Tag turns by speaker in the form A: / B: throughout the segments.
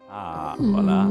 A: Ah, voilà.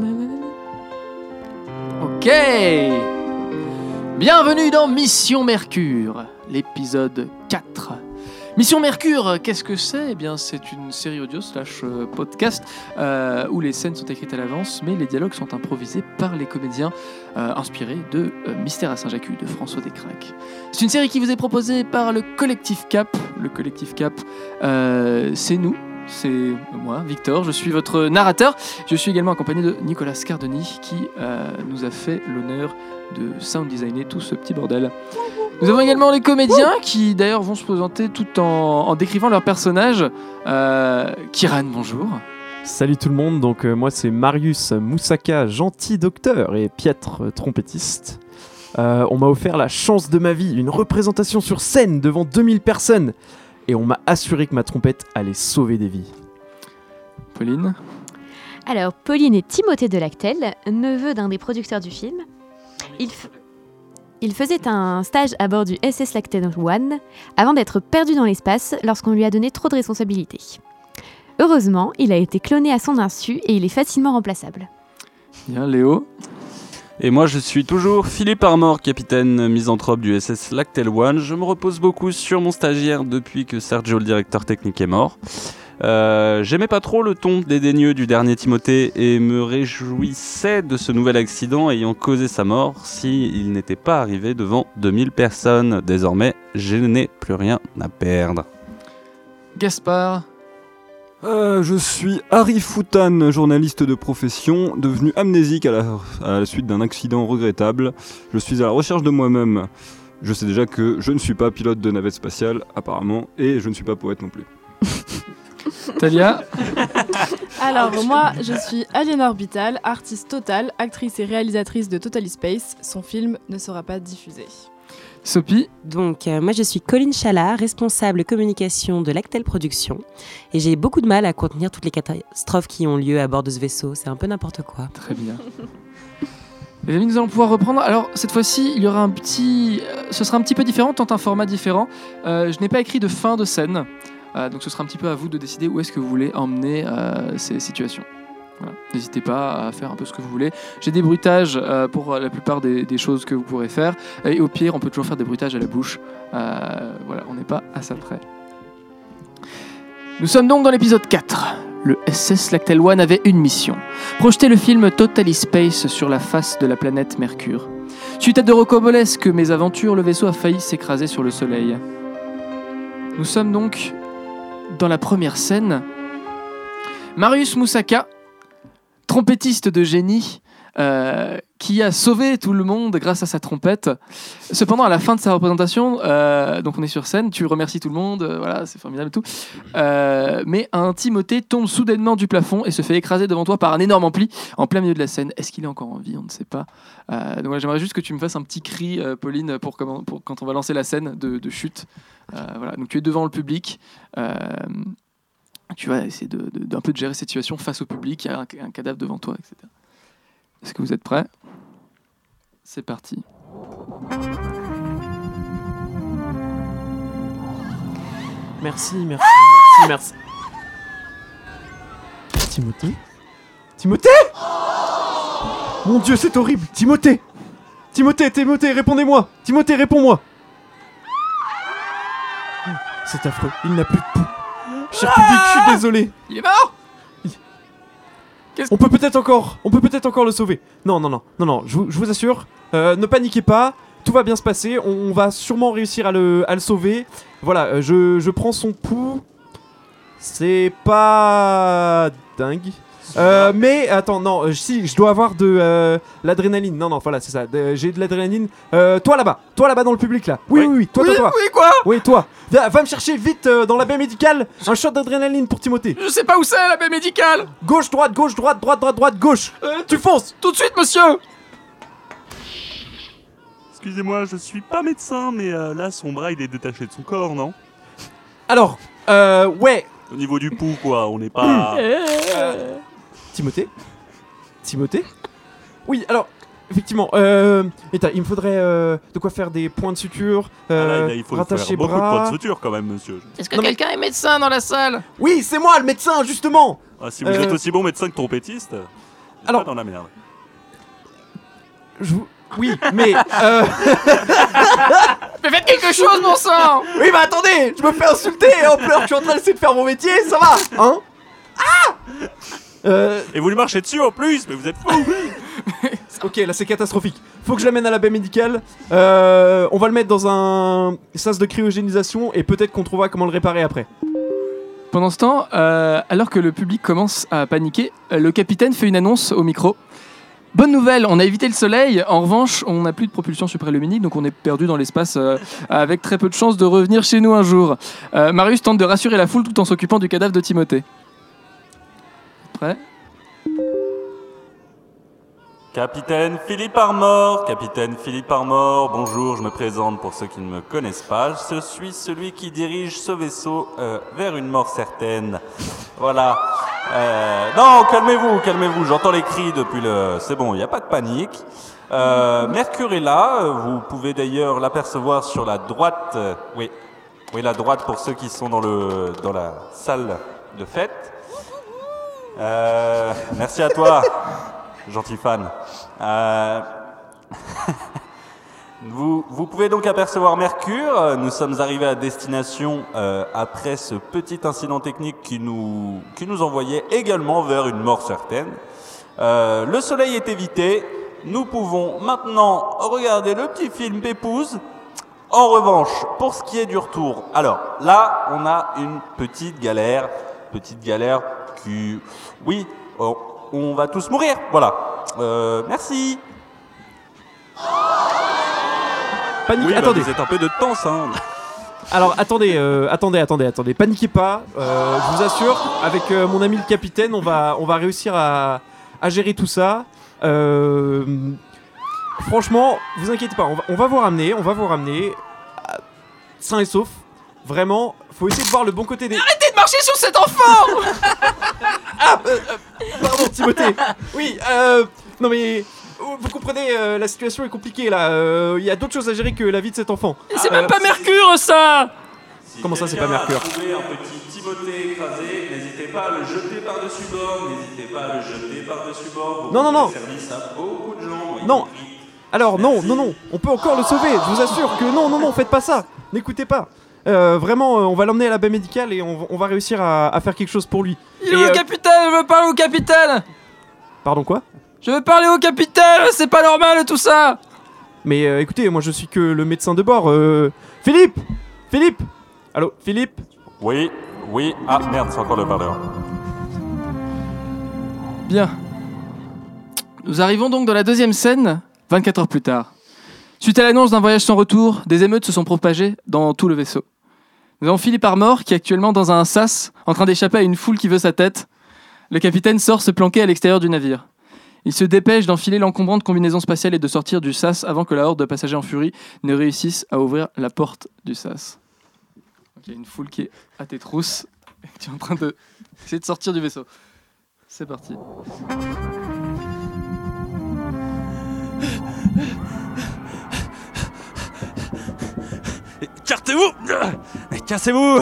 B: Ok. Bienvenue dans Mission Mercure, l'épisode 4. Mission Mercure, qu'est-ce que c'est ? Eh bien, c'est une série audio / podcast où les scènes sont écrites à l'avance, mais les dialogues sont improvisés par les comédiens inspirés de Mystère à Saint-Jacques de François Descraques. C'est une série qui vous est proposée par le Collectif Cap. Le Collectif Cap, c'est nous. C'est moi, Victor, je suis votre narrateur. Je suis également accompagné de Nicolas Scardoni qui nous a fait l'honneur de sound designer tout ce petit bordel. Nous avons également les comédiens qui d'ailleurs vont se présenter tout en décrivant leur personnage. Kiran, bonjour.
C: Salut tout le monde, donc moi c'est Marius Moussaka, gentil docteur et piètre trompettiste. On m'a offert la chance de ma vie, une représentation sur scène devant 2000 personnes. Et on m'a assuré que ma trompette allait sauver des vies.
B: Pauline.
D: Alors, Pauline est Timothée de Lactel, neveu d'un des producteurs du film. Il faisait un stage à bord du SS Lactel One avant d'être perdu dans l'espace lorsqu'on lui a donné trop de responsabilités. Heureusement, il a été cloné à son insu et il est facilement remplaçable.
B: Bien, Léo.
A: Et moi, je suis toujours Philippe Armor, capitaine misanthrope du SS Lactel One. Je me repose beaucoup sur mon stagiaire depuis que Sergio, le directeur technique, est mort. J'aimais pas trop le ton dédaigneux du dernier Timothée et me réjouissais de ce nouvel accident ayant causé sa mort s'il n'était pas arrivé devant 2000 personnes. Désormais, je n'ai plus rien à perdre.
B: Gaspard.
E: Je suis Harry Foutan, journaliste de profession, devenu amnésique à la suite d'un accident regrettable. Je suis à la recherche de moi-même. Je sais déjà que je ne suis pas pilote de navette spatiale, apparemment, et je ne suis pas poète non plus.
B: Talia.
F: Alors, moi, je suis Aliénor Orbital, artiste totale, actrice et réalisatrice de Totally Space. Son film ne sera pas diffusé.
B: Sophie.
G: Donc, moi, je suis Colline Chala, responsable communication de Lactel Productions. Et j'ai beaucoup de mal à contenir toutes les catastrophes qui ont lieu à bord de ce vaisseau. C'est un peu n'importe quoi.
B: Très bien. Les amis, nous allons pouvoir reprendre. Alors, cette fois-ci, il y aura ce sera un petit peu différent, tant un format différent. Je n'ai pas écrit de fin de scène. Donc, ce sera un petit peu à vous de décider où est-ce que vous voulez emmener ces situations. Voilà. N'hésitez pas à faire un peu ce que vous voulez. J'ai des bruitages pour la plupart des choses que vous pourrez faire. Et au pire, on peut toujours faire des bruitages à la bouche. Voilà, on n'est pas à ça près. Nous sommes donc dans l'épisode 4. Le SS Lactel One avait une mission. Projeter le film Totally Space sur la face de la planète Mercure. Suite à de rocambolesques mésaventures, le vaisseau a failli s'écraser sur le Soleil. Nous sommes donc dans la première scène. Marius Moussaka, trompettiste de génie, qui a sauvé tout le monde grâce à sa trompette. Cependant, à la fin de sa représentation, donc on est sur scène, tu remercies tout le monde, voilà, c'est formidable et tout. Mais un Timothée tombe soudainement du plafond et se fait écraser devant toi par un énorme ampli en plein milieu de la scène. Est-ce qu'il est encore en vie ? On ne sait pas. Donc voilà, j'aimerais juste que tu me fasses un petit cri, Pauline, pour quand on va lancer la scène de chute. Voilà, donc tu es devant le public. Tu vas essayer d'un peu de gérer cette situation face au public. Il y a un cadavre devant toi, etc. Est-ce que vous êtes prêts ? C'est parti.
C: Merci. Timothée ? Mon Dieu, c'est horrible. Timothée, répondez-moi. Timothée, réponds-moi. C'est affreux, il n'a plus de pouls. Cher public, je suis désolé.
B: Il est mort ?
C: On peut peut-être encore le sauver. Non, je vous assure, ne paniquez pas, tout va bien se passer, on va sûrement réussir à le sauver. Voilà, je prends son pouls, c'est pas dingue. Mais attends, non, si, je dois avoir de l'adrénaline. Non, voilà, c'est ça, j'ai de l'adrénaline. Toi là-bas dans le public là. Oui, toi.
B: Oui, quoi ?
C: Oui, toi. Va me chercher vite dans la baie médicale un shot d'adrénaline pour Timothée.
B: Je sais pas où c'est, la baie médicale.
C: Gauche, droite, gauche. Tu fonces.
B: Tout de suite, monsieur.
H: Excusez-moi, je suis pas médecin, mais là, son bras, il est détaché de son corps, non ?
C: Alors, ouais.
H: Au niveau du pouls, quoi, on n'est pas...
C: Timothée ? Oui, alors, Effectivement, il me faudrait de quoi faire des points de suture,
H: Il faut
C: rattacher
H: faire beaucoup de
C: bras.
H: points de suture quand même, monsieur.
B: Est-ce que quelqu'un est médecin dans la salle?
C: Oui, c'est moi le médecin, justement.
H: Ah, si vous êtes aussi bon médecin que trompettiste,
C: alors,
H: pas dans la merde.
C: Oui, mais...
B: Mais faites quelque chose, bon sang!
C: Oui, bah attendez, je me fais insulter et en pleurs, je suis en train d'essayer de faire mon métier, ça va, hein?
H: Et vous lui marchez dessus en plus, mais vous êtes fou.
C: Ok, là c'est catastrophique. Faut que je l'amène à la baie médicale. On va le mettre dans un sas de cryogénisation et peut-être qu'on trouvera comment le réparer après.
B: Pendant ce temps, alors que le public commence à paniquer, le capitaine fait une annonce au micro. Bonne nouvelle, on a évité le soleil. En revanche, on n'a plus de propulsion supraluminique, donc on est perdu dans l'espace avec très peu de chances de revenir chez nous un jour. Marius tente de rassurer la foule tout en s'occupant du cadavre de Timothée. Prêt ?
A: Capitaine Philippe Armor, bonjour, je me présente pour ceux qui ne me connaissent pas. Je suis celui qui dirige ce vaisseau vers une mort certaine. Voilà. Non, calmez-vous, j'entends les cris depuis le... C'est bon, il n'y a pas de panique. Mercure est là, vous pouvez d'ailleurs l'apercevoir sur la droite. Oui, la droite pour ceux qui sont dans la salle de fête. Merci à toi. Gentil fan. Vous pouvez donc apercevoir Mercure. Nous sommes arrivés à destination après ce petit incident technique qui nous envoyait également vers une mort certaine. Le soleil est évité. Nous pouvons maintenant regarder le petit film Pépouze. En revanche, pour ce qui est du retour, alors là, on a une petite galère qui... Oui, on va tous mourir, voilà. Merci.
C: Panique,
H: Oui,
C: attendez.
H: vous êtes un peu de temps, hein.
C: Alors attendez, paniquez pas. Je vous assure, avec mon ami le capitaine, on va réussir à gérer tout ça. Franchement, vous inquiétez pas, on va vous ramener sain et sauf. Vraiment, faut essayer de voir le bon côté des...
B: Arrêtez de marcher sur cet enfant!
C: Pardon Timothée. Oui, non mais... Vous comprenez, la situation est compliquée là. Il y a d'autres choses à gérer que la vie de cet enfant.
B: C'est même pas Mercure, ça!
C: Comment ça, c'est pas Mercure?
A: Si quelqu'un a trouvé un petit Timothée écrasé, n'hésitez pas à le jeter par-dessus bord,
C: Non.
A: Service à beaucoup de gens.
C: Non. Alors non, on peut encore le sauver. Je vous assure que non, faites pas ça. N'écoutez pas. Vraiment, on va l'emmener à la baie médicale et on va réussir à faire quelque chose pour lui.
B: Il est où le capitaine? Je veux parler au capitaine!
C: Pardon, quoi?
B: Je veux parler au capitaine! C'est pas normal tout ça!
C: Mais écoutez, moi je suis que le médecin de bord. Philippe! Allô, Philippe?
A: Oui. Ah merde, c'est encore le parleur.
B: Bien. Nous arrivons donc dans la deuxième scène, 24 heures plus tard. Suite à l'annonce d'un voyage sans retour, des émeutes se sont propagées dans tout le vaisseau. Nous avons Philippe Armor qui est actuellement dans un sas, en train d'échapper à une foule qui veut sa tête. Le capitaine sort se planquer à l'extérieur du navire. Il se dépêche d'enfiler l'encombrante combinaison spatiale et de sortir du sas avant que la horde de passagers en furie ne réussisse à ouvrir la porte du sas. Donc, il y a une foule qui est à tes trousses et qui est en train d'essayer de sortir du vaisseau. C'est parti.
H: Écartez-vous! Cassez-vous!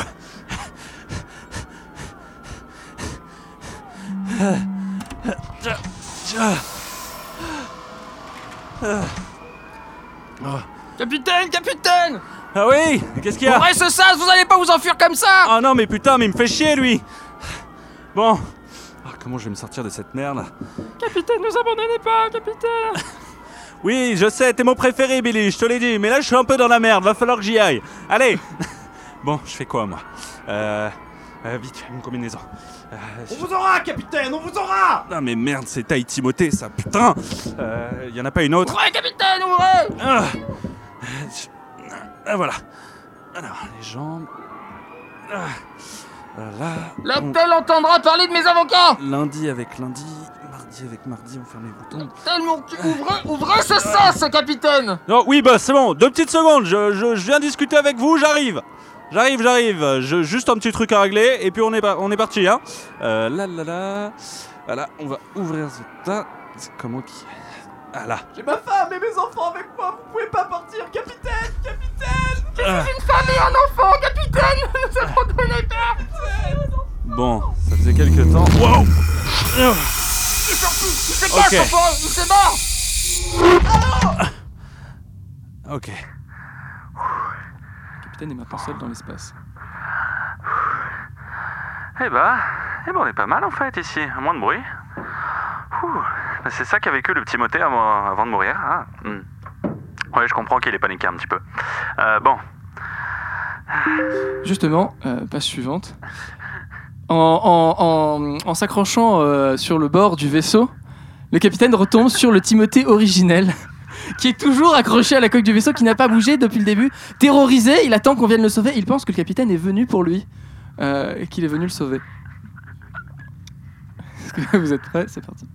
B: Capitaine!
H: Ah oui? Qu'est-ce qu'il y a?
B: Ouvrez ce sas, vous allez pas vous enfuir comme ça!
H: Ah non, mais putain, mais il me fait chier, lui! Bon. Ah, comment je vais me sortir de cette merde?
B: Capitaine, nous abandonnez pas, capitaine!
H: Oui, je sais, t'es mon préféré, Billy, je te l'ai dit, mais là, je suis un peu dans la merde, va falloir que j'y aille. Allez! Bon, je fais quoi, moi? Vite, une combinaison.
C: On vous aura, capitaine, on vous aura!
H: Ah, mais merde, c'est taille Timothée, ça, putain! Y en a pas une autre?
B: Ouvrez, capitaine, ouvrez!
H: Voilà. Alors, les jambes. Là.
B: L'Actel entendra parler de mes avocats!
H: Lundi avec lundi, mardi avec mardi, on ferme les boutons.
B: Tellement ouvrez ce sas, capitaine!
H: Non, oui, bah c'est bon, 2 petites secondes, je viens discuter avec vous, j'arrive. Juste un petit truc à régler, et puis on est parti, hein. Là. Voilà, on va ouvrir ça. C'est comment qui... Ah là.
C: J'ai ma femme et mes enfants avec moi, vous pouvez pas partir, capitaine, capitaine.
B: Je suis une femme et un enfant, capitaine. Nous avons donné peur.
H: Bon, ça faisait quelques temps. Wow.
B: Il se casse,
H: Ok.
B: enfant, il se mord.
H: Ok.
B: Le capitaine est maintenant seul dans l'espace.
H: Eh ben, on est pas mal en fait ici, moins de bruit. Ouh, c'est ça qu'a vécu le petit Timothée avant de mourir. Hein. Ouais, je comprends qu'il est paniqué un petit peu. Bon.
B: Justement, page suivante. En s'accrochant sur le bord du vaisseau, le capitaine retombe sur le Timothée originel, qui est toujours accroché à la coque du vaisseau, qui n'a pas bougé depuis le début. Terrorisé, il attend qu'on vienne le sauver. Il pense que le capitaine est venu pour lui et qu'il est venu le sauver. Est-ce que vous êtes prêts? C'est parti.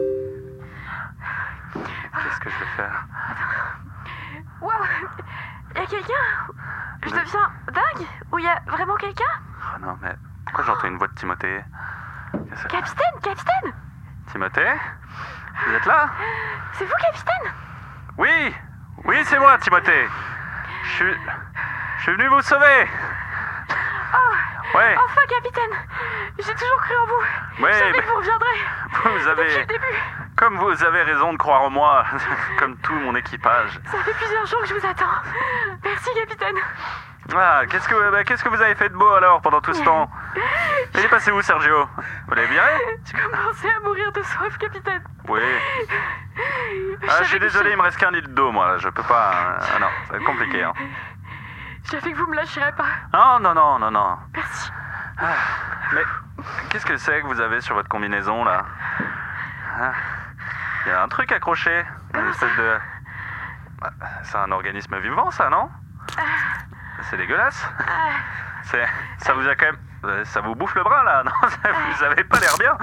H: Qu'est-ce que je vais faire?
D: Waouh! Y'a quelqu'un? Je deviens dingue? Ou y'a vraiment quelqu'un?
H: Oh non, mais pourquoi j'entends une voix de Timothée?
D: Capitaine!
H: Timothée? Vous êtes là?
D: C'est vous, capitaine?
H: Oui, c'est moi, Timothée. Je suis venu vous sauver.
D: Oh!
H: Ouais.
D: Enfin, capitaine! J'ai toujours cru en vous!
H: Ouais,
D: Je savais
H: mais
D: que vous reviendrez!
H: vous avez,
D: Depuis le début!
H: comme vous avez raison de croire en moi, comme tout mon équipage.
D: Ça fait plusieurs jours que je vous attends! Merci, capitaine!
H: Ah, qu'est-ce que vous avez fait de beau alors pendant tout ce temps? Il est passé où, Sergio? Vous l'avez viré?
D: Je commençais à mourir de soif, capitaine!
H: Oui. Ah, je suis désolé, il me reste qu'un litre d'eau, moi. Je peux pas. Ah non, ça va être compliqué. Hein.
D: Je savais que vous me lâcherez pas!
H: Non.
D: Merci!
H: Ah, mais qu'est-ce que c'est que vous avez sur votre combinaison là? Il y a un truc accroché, une espèce de. C'est un organisme vivant, ça, non? C'est dégueulasse. Ça vous a quand même. Ça vous bouffe le bras là, non? Vous avez pas l'air bien.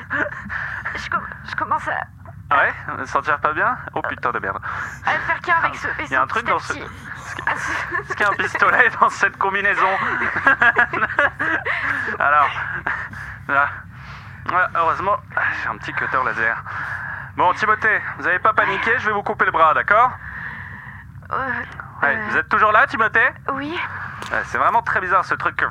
D: Je commence à
H: Ouais, me sentir pas bien? Oh putain de merde.
D: faire qu'un avec ce vaisseau.
H: Il y a un truc
D: petit à
H: dans ce.
D: petit.
H: Est-ce qu'il y a un pistolet dans cette combinaison? Alors, là. Ouais, heureusement, j'ai un petit cutter laser. Bon, Timothée, vous avez pas paniqué, je vais vous couper le bras, d'accord? Ouais, vous êtes toujours là, Timothée?
D: Oui.
H: C'est vraiment très bizarre ce truc que...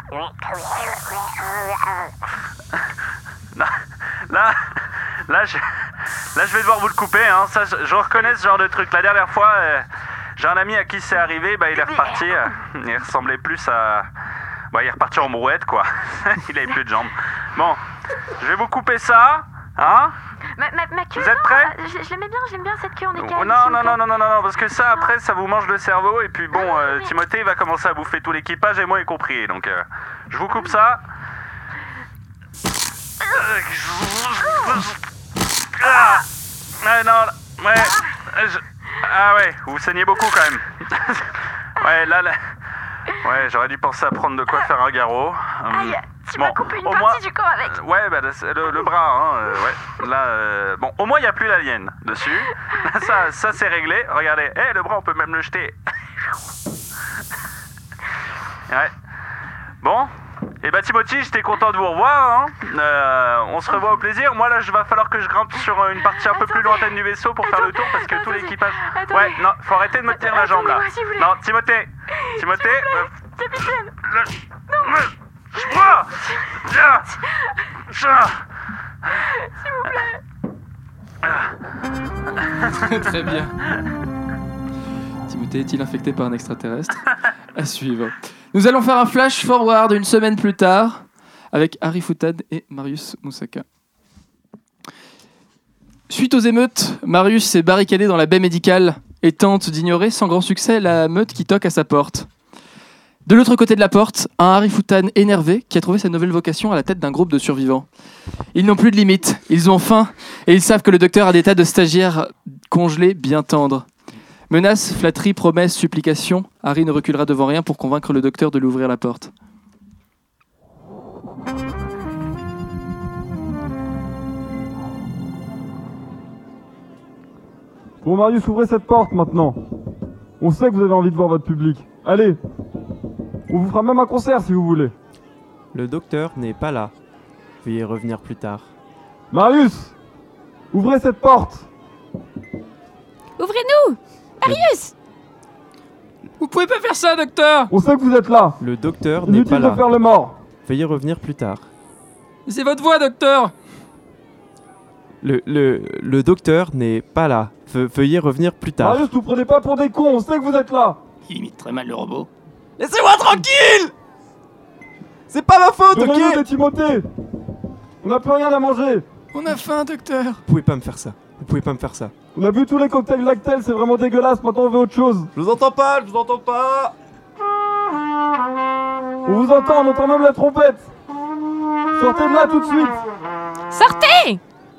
H: Là, je vais devoir vous le couper, hein. Ça, je reconnais ce genre de truc. La dernière fois, j'ai un ami à qui c'est arrivé, il est reparti. Il ressemblait plus à... il est reparti en brouette, quoi. Il avait plus de jambes. Bon, je vais vous couper ça, hein.
D: Ma queue,
H: vous êtes prêts?
D: Je l'aime bien cette queue en écaille.
H: Non, parce que ça, après, ça vous mange le cerveau. Et puis bon, Timothée, il va commencer à bouffer tout l'équipage, et moi y compris. Donc, je vous coupe ça. Ouais, vous saignez beaucoup quand même. Ouais, là. Ouais, j'aurais dû penser à prendre de quoi faire un garrot.
D: Aïe, tu m'as coupé une partie du corps avec.
H: Ouais, le bras, hein. Ouais, là, bon, au moins il n'y a plus l'alien dessus. Ça c'est réglé. Regardez, le bras, on peut même le jeter. Ouais. Bon. Et Timothée, j'étais content de vous revoir, hein. On se revoit au plaisir. Moi là, il va falloir que je grimpe sur une partie un peu plus lointaine du vaisseau pour faire le tour parce que tout l'équipage. Ouais, non, faut arrêter de me tenir la jambe là. Non, Timothée,
D: Capitaine.
B: S'il vous plaît. Très bien. Timothée est-il infecté par un extraterrestre? À suivre. Nous allons faire un flash forward une semaine plus tard avec Harry Futan et Marius Moussaka. Suite aux émeutes, Marius s'est barricadé dans la baie médicale et tente d'ignorer sans grand succès la meute qui toque à sa porte. De l'autre côté de la porte, un Harry Futan énervé qui a trouvé sa nouvelle vocation à la tête d'un groupe de survivants. Ils n'ont plus de limites, ils ont faim et ils savent que le docteur a des tas de stagiaires congelés bien tendres. Menaces, flatteries, promesses, supplications, Harry ne reculera devant rien pour convaincre le docteur de lui ouvrir la porte.
E: Bon Marius, ouvrez cette porte maintenant. On sait que vous avez envie de voir votre public. Allez, on vous fera même un concert si vous voulez.
C: Le docteur n'est pas là. Veuillez revenir plus tard.
E: Marius, ouvrez cette porte.
D: Ouvrez-nous! Marius!
B: Vous pouvez pas faire ça, docteur!
E: On sait que vous êtes là.
C: Le docteur n'est
E: Inutile
C: pas
E: de
C: là.
E: faire le mort.
C: Veuillez revenir plus tard.
B: C'est votre voix, docteur!
C: Le docteur n'est pas là. Veuillez revenir plus tard.
E: Marius, vous prenez pas pour des cons, on sait que vous êtes là.
I: Il imite très mal le robot.
C: Laissez-moi tranquille! C'est pas ma faute,
E: Donnez-nous
C: ok?
E: des Timothée. On n'a plus rien à manger.
B: On a faim, docteur!
C: Vous pouvez pas me faire ça. Vous pouvez pas me faire ça.
E: On a bu tous les cocktails Lactel, c'est vraiment dégueulasse, maintenant on veut autre chose.
C: Je vous entends pas, je vous entends pas.
E: On vous entend, on entend même la trompette. Sortez de là tout de suite.
D: Sortez!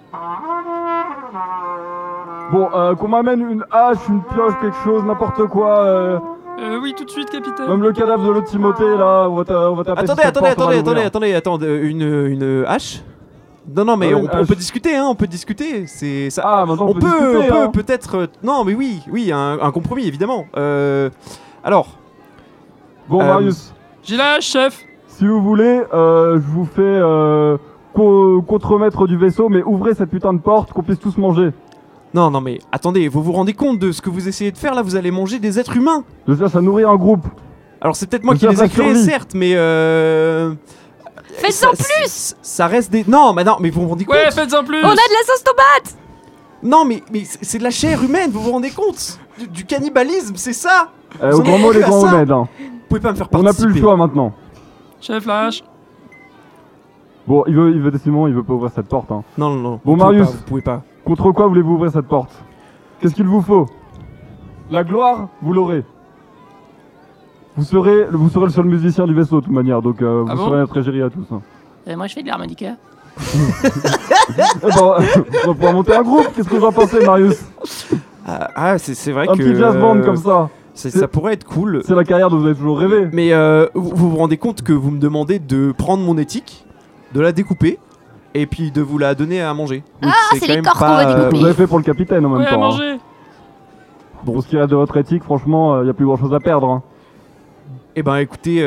E: Bon, qu'on m'amène une hache, une pioche, quelque chose, n'importe quoi.
B: Oui, tout de suite, capitaine.
E: Même le cadavre de l'autre Timothée, là, on va taper sur cette porte, on va l'ouvrir.
C: Attendez, une hache? Non, mais
E: Ah,
C: on,
E: une
C: on
E: hache.
C: peut discuter, hein, on peut discuter. C'est ça.
E: Ah, maintenant
C: on peut
E: discuter, hein.
C: peut-être. Non, mais oui, un compromis évidemment. Alors,
E: Bon, Marius,
B: J'ai la hache, chef!
E: si vous voulez, je vous fais contremaître du vaisseau, mais ouvrez cette putain de porte, qu'on puisse tous manger.
C: non, mais attendez, vous vous rendez compte de ce que vous essayez de faire là? Vous allez manger des êtres humains.
E: Je cherche à nourrir un groupe.
C: Alors c'est peut-être moi
E: Je
C: qui les ai
E: cherche la
C: créés,
E: survie.
C: certes, mais
D: Faites-en
C: plus. Ça reste des. Non, mais vous vous rendez compte?
B: Ouais, faites-en plus!
D: On a de la sauce tomate!
C: Non, mais c'est de la chair humaine. Vous vous rendez compte? Du cannibalisme, c'est ça.
E: Au
C: Vous
E: grand
C: en
E: mot,
C: avez
E: les
C: plus à
E: grands
C: ça.
E: remèdes. Hein.
C: Vous pouvez pas me faire
E: On n'a
C: participer.
E: plus le choix maintenant.
B: Chef, la hache!
E: Bon, il veut décidément, il veut pas ouvrir cette porte. Hein.
C: Non.
E: Bon,
C: Vous pouvez
E: Marius.
C: pas, vous pouvez pas.
E: Contre quoi voulez-vous ouvrir cette porte? Qu'est-ce qu'il vous faut? La gloire, vous l'aurez. Vous serez le seul musicien du vaisseau de toute manière, donc vous
B: Ah bon
E: serez notre égérie à tous. Hein.
I: Moi, je fais de l'harmonica.
E: Eh ben, on va pouvoir monter un groupe, qu'est-ce que vous en pensez, Marius?
C: C'est vrai
E: Un
C: que
E: petit jazz band comme ça.
C: ça pourrait être cool.
E: C'est la carrière dont vous avez toujours rêvé.
C: Mais vous vous rendez compte que vous me demandez de prendre mon éthique, de la découper et puis de vous la donner à manger. Donc,
D: Ah, c'est
C: quand
D: les
C: même
D: corps qu'on
C: pas,
D: va découper.
E: Vous avez fait pour le capitaine en même
B: Ouais, à
E: temps. Hein.
B: manger!
E: Bon, ce qui reste de votre éthique, franchement, il n'y a plus grand chose à perdre. Hein.
C: Eh ben écoutez,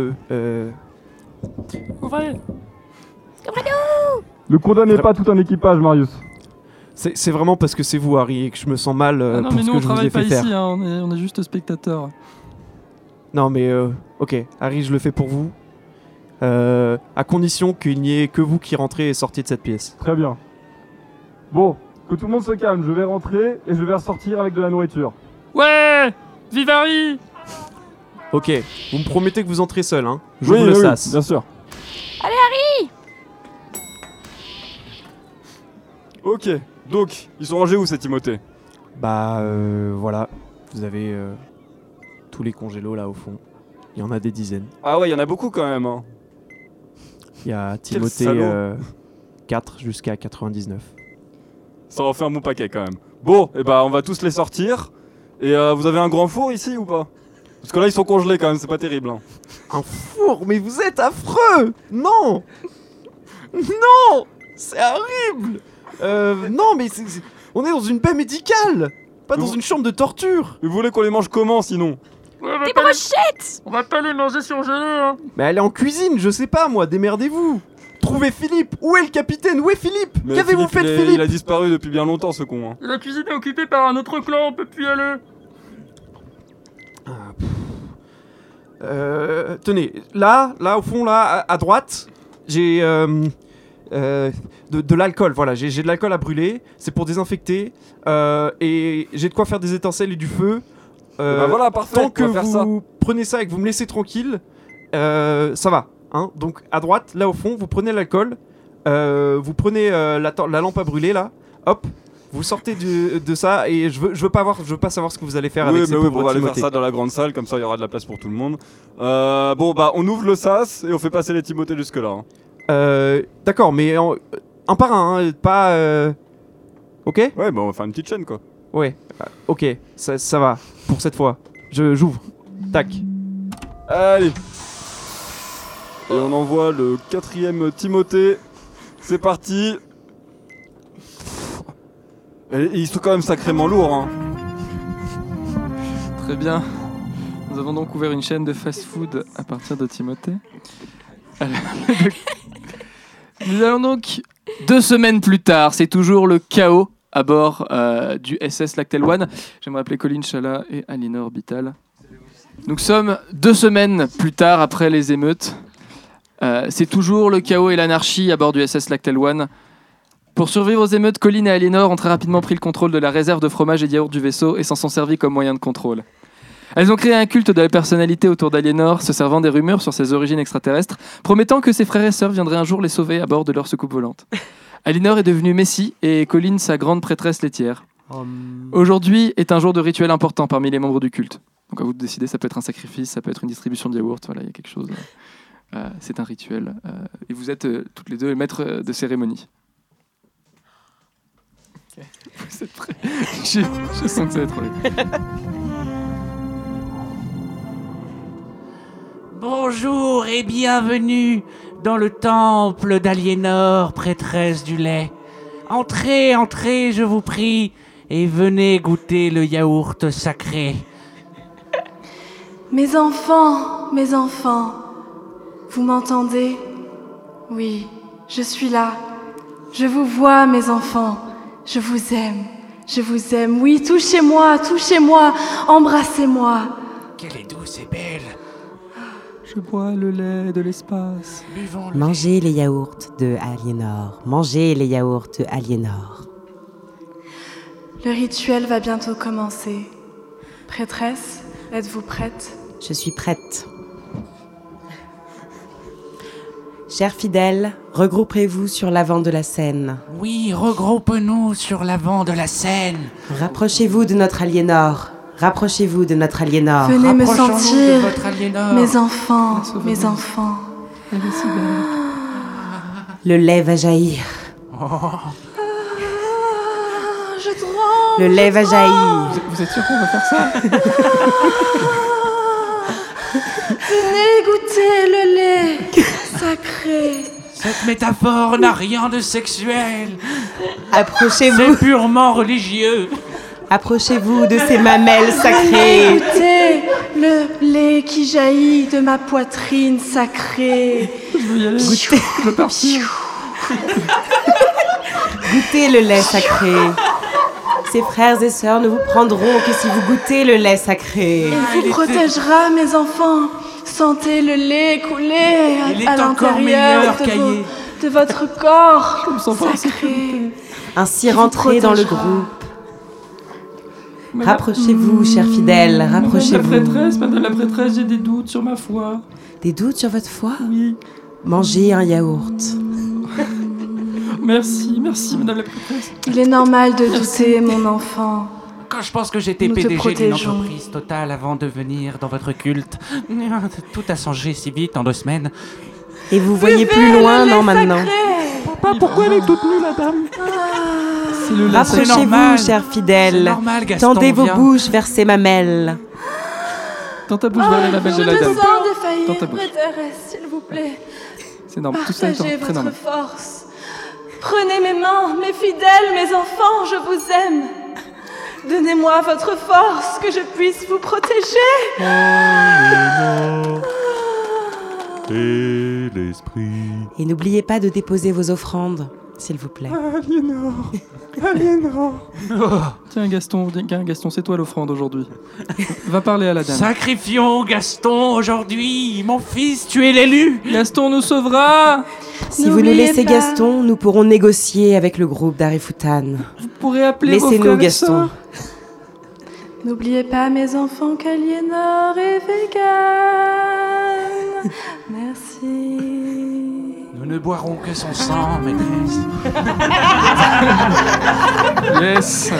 B: Ouvrez!
E: Ne condamnez pas tout un équipage, Marius.
C: c'est vraiment parce que c'est vous, Harry, et que je me sens mal
B: Ah non,
C: pour
B: mais
C: ce
B: nous,
C: que
B: on
C: je vous ai
B: travaille
C: fait
B: pas
C: faire.
B: ici, hein, on est juste spectateurs.
C: Non mais ok, Harry, je le fais pour vous. À condition qu'il n'y ait que vous qui rentrez et sortiez de cette pièce.
E: Très bien. Bon, que tout le monde se calme, je vais rentrer et je vais ressortir avec de la nourriture.
B: Ouais! Vive Harry!
C: Ok, vous me promettez que vous entrez seul, hein? J'ouvre le sas.
E: bien sûr.
D: Allez, Harry!
E: Ok, donc, ils sont rangés où ces Timothée?
C: Bah voilà, vous avez tous les congélos là au fond. Il y en a des dizaines.
E: Ah ouais, il y en a beaucoup quand même. Hein.
C: Il y a Timothée
E: salaud.
C: 4 jusqu'à 99.
E: Ça en fait un bon paquet quand même. Bon, et bah on va tous les sortir. Et vous avez un grand four ici ou pas? Parce que là ils sont congelés quand même, c'est pas terrible. Hein.
C: Un four, mais vous êtes affreux! Non! Non! C'est horrible! Non, mais on est dans une baie médicale! Pas dans une chambre de torture!
E: Mais vous voulez qu'on les mange comment sinon?
D: Des brochettes!
B: On va pas les manger surgelés, hein!
C: Mais elle est en cuisine, je sais pas moi, démerdez-vous! Trouvez Philippe! Où est le capitaine? Où est Philippe?
E: Mais
C: Qu'avez-vous fait de
E: il
C: Philippe?
E: a disparu depuis bien longtemps ce con. Hein.
B: La cuisine est occupée par un autre clan, on peut plus y aller!
C: Tenez, là au fond, là, à droite, j'ai de l'alcool, voilà, j'ai de l'alcool à brûler, c'est pour désinfecter, et j'ai de quoi faire des étincelles et du feu.
E: Bah voilà, parfait,
C: Tant que
E: on va faire ça.
C: vous prenez ça et que vous me laissez tranquille, ça va. Hein. Donc à droite, là au fond, vous prenez l'alcool, vous prenez la lampe à brûler là, hop, vous sortez de ça et je veux pas savoir ce que vous allez faire avec ces
E: on
C: pauvres
E: va aller faire
C: Timothée.
E: ça dans la grande salle, comme ça il y aura de la place pour tout le monde. Bon bah on ouvre le sas et on fait passer les Timothées jusque là. Hein.
C: D'accord, mais un par un, hein, pas. Ok?
E: Ouais, bah on va faire une petite chaîne quoi.
C: Ouais, ok, ça va, pour cette fois. J'ouvre. Tac.
E: Allez. Et on envoie le 4ème Timothée. C'est parti. Et ils sont quand même sacrément lourds. Hein.
B: Très bien. Nous avons donc ouvert une chaîne de fast-food à partir de Timothée. Alors, nous allons donc 2 semaines plus tard, c'est toujours le chaos à bord du SS Lactel One. J'aimerais appeler Colin Chala et Aliénor Orbital. Nous sommes 2 semaines plus tard après les émeutes. C'est toujours le chaos et l'anarchie à bord du SS Lactel One. Pour survivre aux émeutes, Colin et Aliénor ont très rapidement pris le contrôle de la réserve de fromage et de yaourt du vaisseau et s'en sont servis comme moyen de contrôle. Elles ont créé un culte de la personnalité autour d'Aliénor, se servant des rumeurs sur ses origines extraterrestres, promettant que ses frères et sœurs viendraient un jour les sauver à bord de leur soucoupe volante. Aliénor est devenue Messie et Colin sa grande prêtresse laitière. Aujourd'hui est un jour de rituel important parmi les membres du culte. Donc à vous de décider, ça peut être un sacrifice, ça peut être une distribution de yaourt, voilà, il y a quelque chose. C'est un rituel. Et vous êtes toutes les deux les maîtres de cérémonie. Okay. Vous êtes prêts? Je sens que ça va être horrible.
J: Bonjour et bienvenue dans le temple d'Aliénor, prêtresse du lait. Entrez, entrez, je vous prie, et venez goûter le yaourt sacré.
F: Mes enfants, vous m'entendez? Oui, je suis là. Je vous vois, mes enfants. Je vous aime. Oui, touchez-moi, embrassez-moi.
J: Qu'elle est douce et belle.
B: Je bois le lait de l'espace.
G: Mangez les yaourts de Aliénor. Mangez les yaourts de Aliénor.
F: Le rituel va bientôt commencer. Prêtresse, êtes-vous prête?
G: Je suis prête. Chers fidèles, regroupez-vous sur l'avant de la scène.
J: Oui, regroupe-nous sur l'avant de la scène.
G: Rapprochez-vous de notre Aliénor. Rapprochez-vous de notre Aliénor.
F: Venez me sentir,
J: de votre Aliénor.
F: mes enfants.
B: Elle est si belle.
G: Le lait va jaillir.
F: Je tremble.
G: Le lait va jaillir.
B: Vous êtes sûr qu'on va faire ça?
F: Venez goûter le lait sacré.
J: Cette métaphore n'a rien de sexuel.
G: Approchez-vous.
J: C'est purement religieux.
G: Approchez-vous de ces mamelles sacrées.
F: Goûtez le lait qui jaillit de ma poitrine sacrée.
B: Je veux y aller. Je veux partir.
G: Goûtez le lait sacré. Ses frères et sœurs ne vous prendront que si vous goûtez le lait sacré.
F: Il vous protégera, mes enfants. Sentez le lait couler à l'intérieur de votre corps sacré.
G: Ainsi rentrez dans le groupe. Rapprochez-vous, chers fidèles, rapprochez-vous.
B: Madame la prêtresse, j'ai des doutes sur ma foi.
G: Des doutes sur votre foi?
B: Oui.
G: Mangez un yaourt.
B: Merci, madame la prêtresse.
F: Il est normal de douter, mon enfant.
J: Quand je pense que j'étais PDG d'une entreprise totale avant de venir dans votre culte, tout a changé si vite en 2 semaines.
G: Et vous voyez plus loin, non, maintenant?
B: Papa, pourquoi elle est toute nue, la dame?
G: Rapprochez-vous, chers fidèles.
J: Normal, Gaston,
G: Tendez vos bouches vers ces mamelles.
B: Tends ta bouche vers les mamelles de la dame.
F: Je me sens défaillir, prêtresse, s'il vous plaît.
B: C'est normal, tout ça est
F: Partagez
B: très
F: votre
B: normal.
F: force. Prenez mes mains, mes fidèles, mes enfants, je vous aime. Donnez-moi votre force, que je puisse vous protéger.
E: Et l'esprit.
G: Et n'oubliez pas de déposer vos offrandes, s'il vous plaît.
B: Aliénor. Tiens, Gaston, c'est toi l'offrande aujourd'hui. Va parler à la dame.
J: Sacrifions Gaston aujourd'hui. Mon fils, tu es l'élu.
B: Gaston nous sauvera.
G: Si vous nous laissez Gaston, nous pourrons négocier avec le groupe d'Arifoutan.
B: Vous pourrez appeler vos
G: Laissez-nous
B: frères et
G: Gaston.
B: sœurs.
F: N'oubliez pas, mes enfants, qu'Aliénor est végane. Merci.
J: Nous ne boirons que son sang, maîtresse.
B: Yes.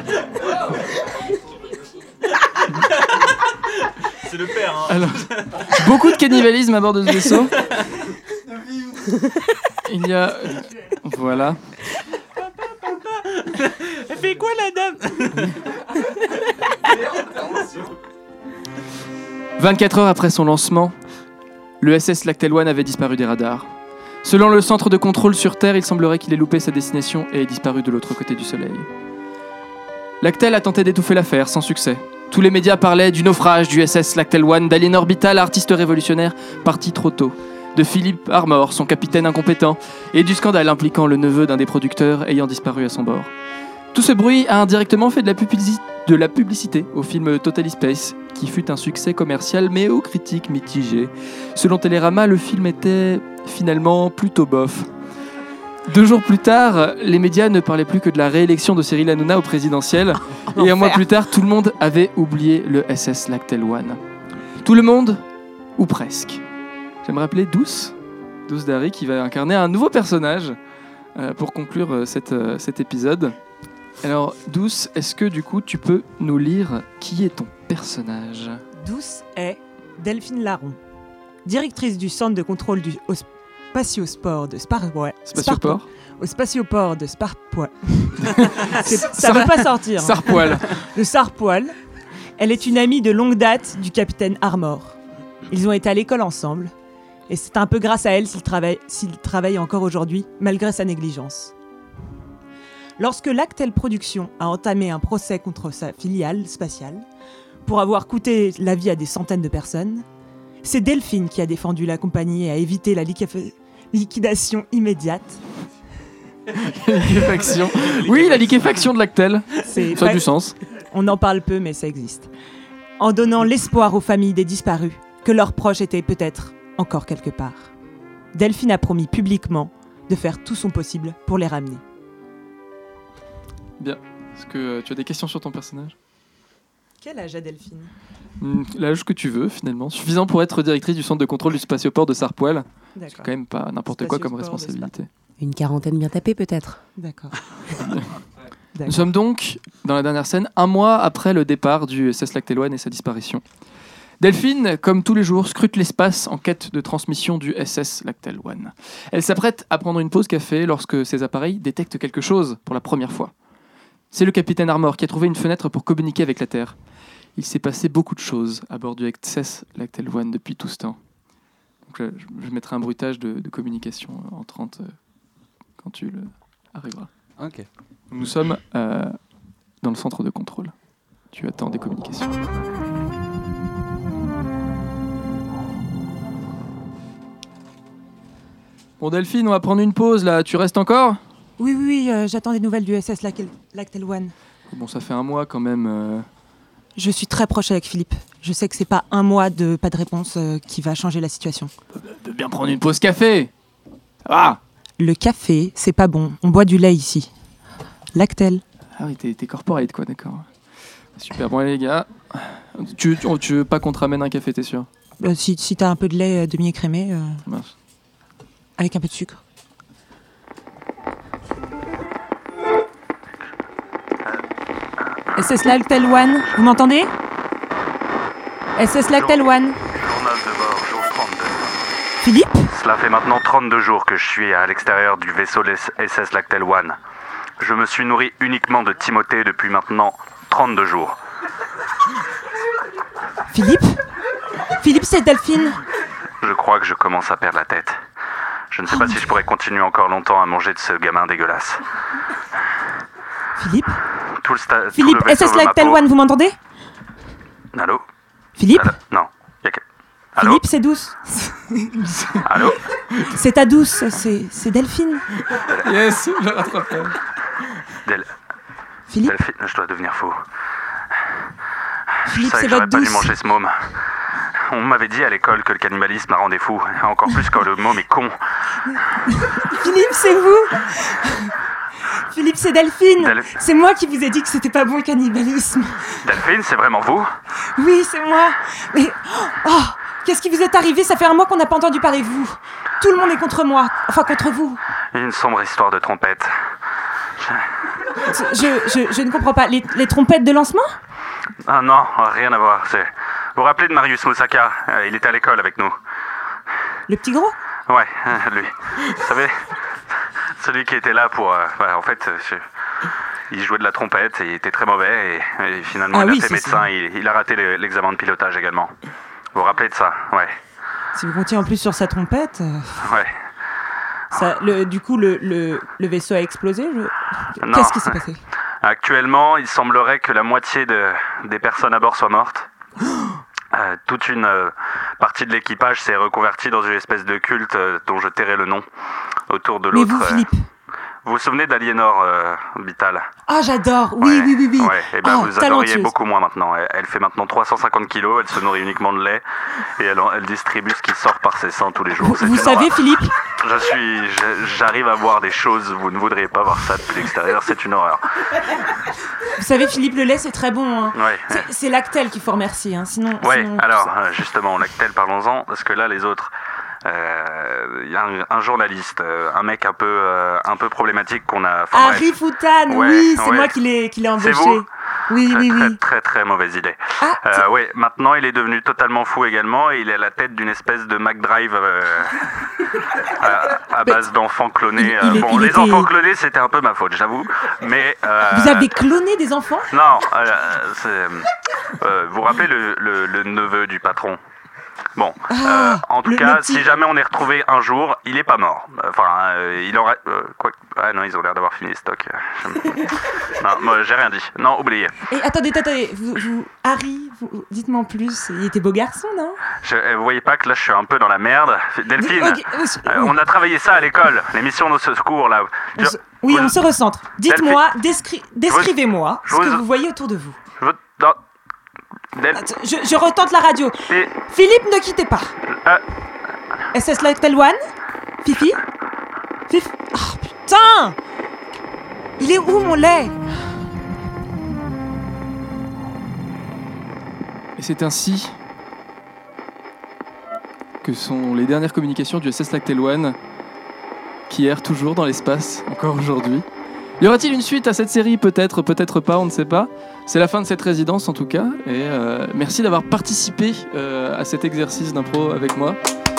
A: C'est le père, hein.
B: Alors, beaucoup de cannibalisme à bord de ce vaisseau. Il y a... Voilà.
J: Elle fait quoi, la dame?
B: 24 heures après son lancement, le SS Lactel One avait disparu des radars. Selon le centre de contrôle sur Terre, il semblerait qu'il ait loupé sa destination et ait disparu de l'autre côté du Soleil. Lactel a tenté d'étouffer l'affaire, sans succès. Tous les médias parlaient du naufrage du SS Lactel One, d'Aliénor Orbital, artiste révolutionnaire, parti trop tôt, de Philip Armor, son capitaine incompétent, et du scandale impliquant le neveu d'un des producteurs ayant disparu à son bord. Tout ce bruit a indirectement fait de la publicité au film Totally Space, qui fut un succès commercial mais aux critiques mitigées. Selon Télérama, le film était finalement plutôt bof. 2 jours plus tard, les médias ne parlaient plus que de la réélection de Cyril Hanouna au présidentiel. Et un mois plus tard, tout le monde avait oublié le SS Lactel One. Tout le monde, ou presque. J'aimerais appeler Douce Dari, qui va incarner un nouveau personnage pour conclure cet épisode. Alors, Douce, est-ce que du coup, tu peux nous lire qui est ton personnage ?
K: Douce est Delphine Laron, directrice du centre de contrôle au spatiosport de Sparpoil.
B: Spatioport ?
K: Au spatioport de Sparpoil. Ça ne veut pas sortir.
B: Sarpoil.
K: Le Sarpoil. Elle est une amie de longue date du capitaine Armor. Ils ont été à l'école ensemble. Et c'est un peu grâce à elle s'il travaille encore aujourd'hui, malgré sa négligence. Lorsque Lactel Productions a entamé un procès contre sa filiale spatiale, pour avoir coûté la vie à des centaines de personnes, c'est Delphine qui a défendu la compagnie et a évité la liquidation immédiate.
B: Liquéfaction. Oui, la liquéfaction de Lactel. Ça a du sens.
K: On en parle peu, mais ça existe. En donnant l'espoir aux familles des disparus que leurs proches étaient peut-être encore quelque part. Delphine a promis publiquement de faire tout son possible pour les ramener.
B: Bien. Est-ce que tu as des questions sur ton personnage ?
K: Quel âge a Delphine ?
B: L'âge que tu veux, finalement. Suffisant pour être directrice du centre de contrôle du spatioport de Sarpoil.
K: D'accord.
B: C'est quand même pas n'importe quoi comme responsabilité.
G: Une quarantaine bien tapée, peut-être.
K: D'accord.
B: Nous sommes donc, dans la dernière scène, 1 mois après le départ du SS Lactel One et sa disparition. Delphine, comme tous les jours, scrute l'espace en quête de transmission du SS Lactel One. Elle s'apprête à prendre une pause café lorsque ses appareils détectent quelque chose pour la première fois. C'est le capitaine Armor qui a trouvé une fenêtre pour communiquer avec la Terre. Il s'est passé beaucoup de choses à bord du SS Lactel One depuis tout ce temps. Donc je mettrai un bruitage de communication en 30 quand tu arriveras.
A: Ok.
B: Nous sommes dans le centre de contrôle. Tu attends des communications. Bon Delphine, on va prendre une pause là. Tu restes encore ?
K: Oui, j'attends des nouvelles du SS Lactel One.
B: Bon, ça fait 1 mois quand même.
K: Je suis très proche avec Philippe. Je sais que c'est pas 1 mois de pas de réponse qui va changer la situation.
B: On peut bien prendre une pause café. Ça va ?
K: Le café, c'est pas bon. On boit du lait ici. Lactel.
B: Ah oui, t'es corporate quoi, d'accord. Super, bon allez les gars. Tu veux pas qu'on te ramène un café, t'es sûr ?
K: Si t'as un peu de lait demi-écrémé, avec un peu de sucre. SS Lactel One, vous m'entendez ? SS Lactel One.
H: Journal de bord, jour 32.
K: Philippe ?
H: Cela fait maintenant 32 jours que je suis à l'extérieur du vaisseau SS Lactel One. Je me suis nourri uniquement de Timothée depuis maintenant 32 jours.
K: Philippe ? Philippe, c'est Delphine.
H: Je crois que je commence à perdre la tête. Je ne sais pas si je pourrais continuer encore longtemps à manger de ce gamin dégueulasse.
K: Philippe ?
H: Philippe,
K: SS Lactel One, vous m'entendez ?
H: Allô ?
K: Philippe ?
H: Non. Allô ?
K: Philippe, c'est Douce.
H: Allô ?
K: C'est ta Douce, c'est Delphine.
B: Yes, je la rattrape.
K: Philippe ?
H: Delphine, je dois devenir fou.
K: Philippe, c'est
H: j'aurais
K: votre
H: pas dû
K: Douce.
H: manger ce môme. On m'avait dit à l'école que le cannibalisme la rendait fou. Encore plus quand le môme est con.
K: Philippe, c'est vous ? Philippe, c'est Delphine. C'est moi qui vous ai dit que c'était pas bon le cannibalisme.
H: Delphine, c'est vraiment vous ?
K: Oui, c'est moi. Mais qu'est-ce qui vous est arrivé ? Ça fait 1 mois qu'on n'a pas entendu parler de vous. Tout le monde est contre moi. Enfin, contre vous.
H: Une sombre histoire de trompette.
K: Je ne comprends pas. Les trompettes de lancement ?
H: Ah non, rien à voir. Vous vous rappelez de Marius Moussaka ? Il était à l'école avec nous.
K: Le petit gros ?
H: Ouais, lui. Vous savez, celui qui était là pour... en fait, il jouait de la trompette et il était très mauvais. Et finalement, il a fait médecin. Il a raté l'examen de pilotage également. Vous vous rappelez de ça ? Ouais.
K: Si vous comptiez en plus sur sa trompette...
H: Ouais.
K: Du coup, le vaisseau a explosé.
H: Non.
K: Qu'est-ce qui s'est passé ?
H: Actuellement, il semblerait que la moitié des personnes à bord soient mortes. Toute une partie de l'équipage s'est reconvertie dans une espèce de culte dont je tairai le nom autour de l'autre.
K: Mais vous, Philippe ?
H: Vous vous souvenez d'Aliénor Vital?
K: Ah, j'adore. Oui.
H: Ouais, et ben vous adoriez beaucoup moins maintenant. Elle fait maintenant 350 kilos, elle se nourrit uniquement de lait et elle distribue ce qui sort par ses seins tous les jours.
K: Vous savez, Philippe,
H: J'arrive à voir des choses, vous ne voudriez pas voir ça depuis l'extérieur, c'est une horreur.
K: Vous savez, Philippe, le lait, c'est très bon. Hein.
H: Ouais.
K: C'est Lactel qu'il faut remercier. Hein. Sinon,
H: alors, justement, Lactel, parlons-en, parce que là, les autres... Il y a un journaliste, un mec un peu problématique qu'on a...
K: Harry Foutane, oui, c'est moi qui l'ai embauché.
H: C'est vous ?
K: Oui.
H: Très mauvaise idée. Maintenant il est devenu totalement fou également et il est à la tête d'une espèce de McDrive à base d'enfants clonés. Enfants clonés c'était un peu ma faute, j'avoue. Mais
K: vous avez cloné des enfants ?
H: Non, vous vous rappelez le neveu du patron ? Bon, en tout cas, si jamais on est retrouvé un jour, il est pas mort. Enfin, il aurait... quoi ? Ah non, ils ont l'air d'avoir fini le stock. Non, moi, j'ai rien dit. Non, oubliez.
K: Et attendez. Harry, dites-moi en plus. Il était beau garçon, non ?
H: Vous voyez pas que là, je suis un peu dans la merde. Delphine, on a travaillé ça à l'école. L'émission de secours, là.
K: On se recentre. Dites-moi, décrivez-moi ce que vous voyez autour de vous. Je retente la radio. Philippe, ne quittez pas. SS Lactel One. Fifi. Oh putain. Il est où mon lait ?
B: Et c'est ainsi que sont les dernières communications du SS Lactel One qui errent toujours dans l'espace, encore aujourd'hui. Y aura-t-il une suite à cette série ? Peut-être pas, on ne sait pas. C'est la fin de cette résidence en tout cas. Et merci d'avoir participé à cet exercice d'impro avec moi.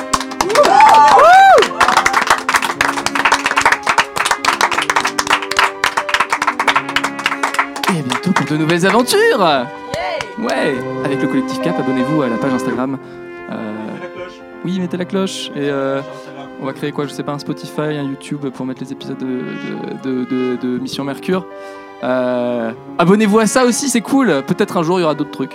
B: Et à bientôt pour de nouvelles aventures. Ouais, avec le collectif Cap, abonnez-vous à la page Instagram.
C: Mettez la cloche.
B: Oui, mettez la cloche. Et on va créer quoi ? Je sais pas, un Spotify, un YouTube pour mettre les épisodes de Mission Mercure. Abonnez-vous à ça aussi, c'est cool. Peut-être un jour il y aura d'autres trucs.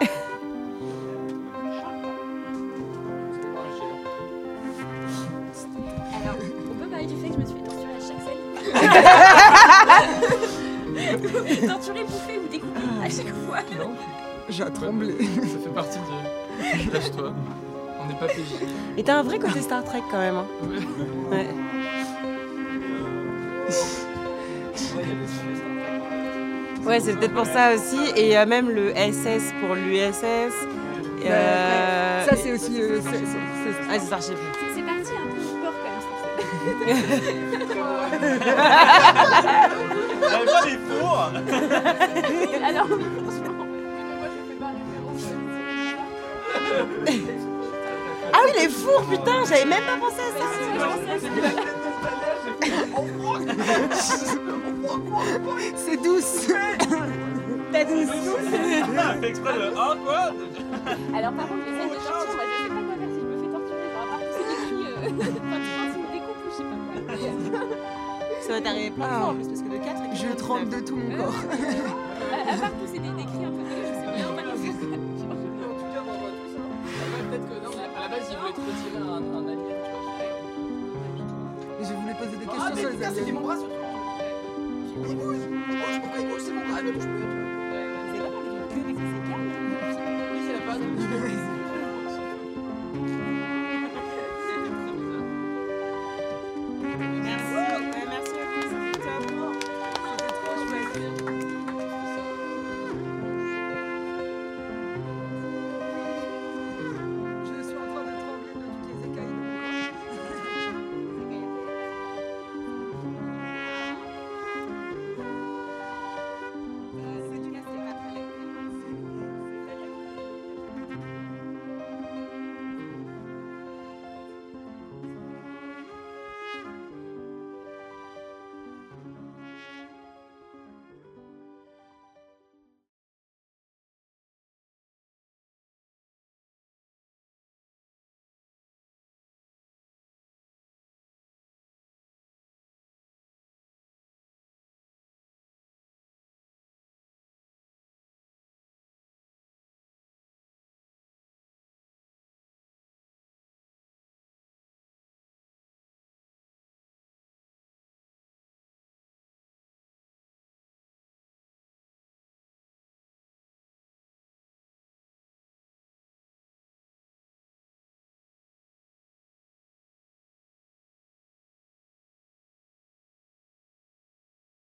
D: Alors, on peut parler du fait que je me suis fait torturer à chaque scène. Torturer, bouffer ou découper à chaque fois.
K: J'ai tremblé.
B: Ça fait partie de... Lâche-toi. On n'est pas PJ.
G: Et t'as un vrai côté Star Trek quand même. Hein. Ouais. Ouais, c'est peut-être pour ça aussi. Et même le SS pour l'USS.
K: Ça, c'est aussi.
G: Ah, c'est archivé.
D: C'est parti un peu peur quand même.
C: Vous n'avez pas des fours?
D: Alors, franchement, moi je fais pas référence.
G: Ah oui, les fours, putain, j'avais même pas pensé à ça.
K: C'est douce. T'as douce.
C: Fait exprès de... Ah quoi?
D: Alors par contre, les scènes de torture, moi je sais pas quoi faire si je me fais torturer. Genre à part pousser des cris, quand tu me découpes ou je sais pas quoi.
G: Ça va t'arriver plein de fois en plus parce que de 4
K: Je tremble de tout mon corps.
D: À part pousser des cris un peu je sais bien pas comment ça.
B: Peut-être que non, à la base, il voulait te retirer un alien, tu vois.
K: Je voulais poser des questions sur les aliens.
B: mon bras se trouve.